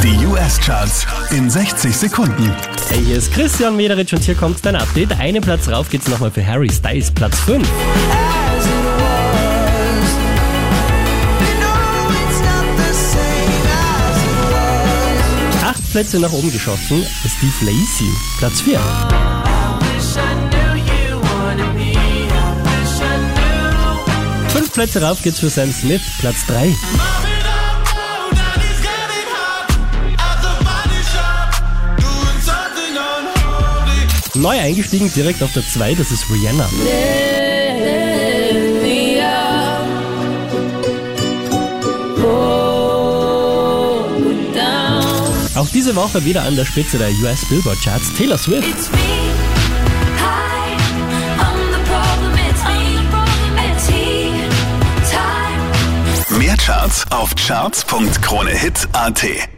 Die US-Charts in 60 Sekunden. Hey, hier ist Christian Mederitsch und hier kommt dein Update. Einen Platz rauf geht's nochmal für Harry Styles, Platz 5. 8 Plätze nach oben geschossen, Steve Lacy, Platz 4. 5 Plätze rauf geht's für Sam Smith, Platz 3. Neu eingestiegen direkt auf der 2, das ist Rihanna. Auch diese Woche wieder an der Spitze der US Billboard Charts, Taylor Swift. Mehr Charts auf charts.kronehit.at.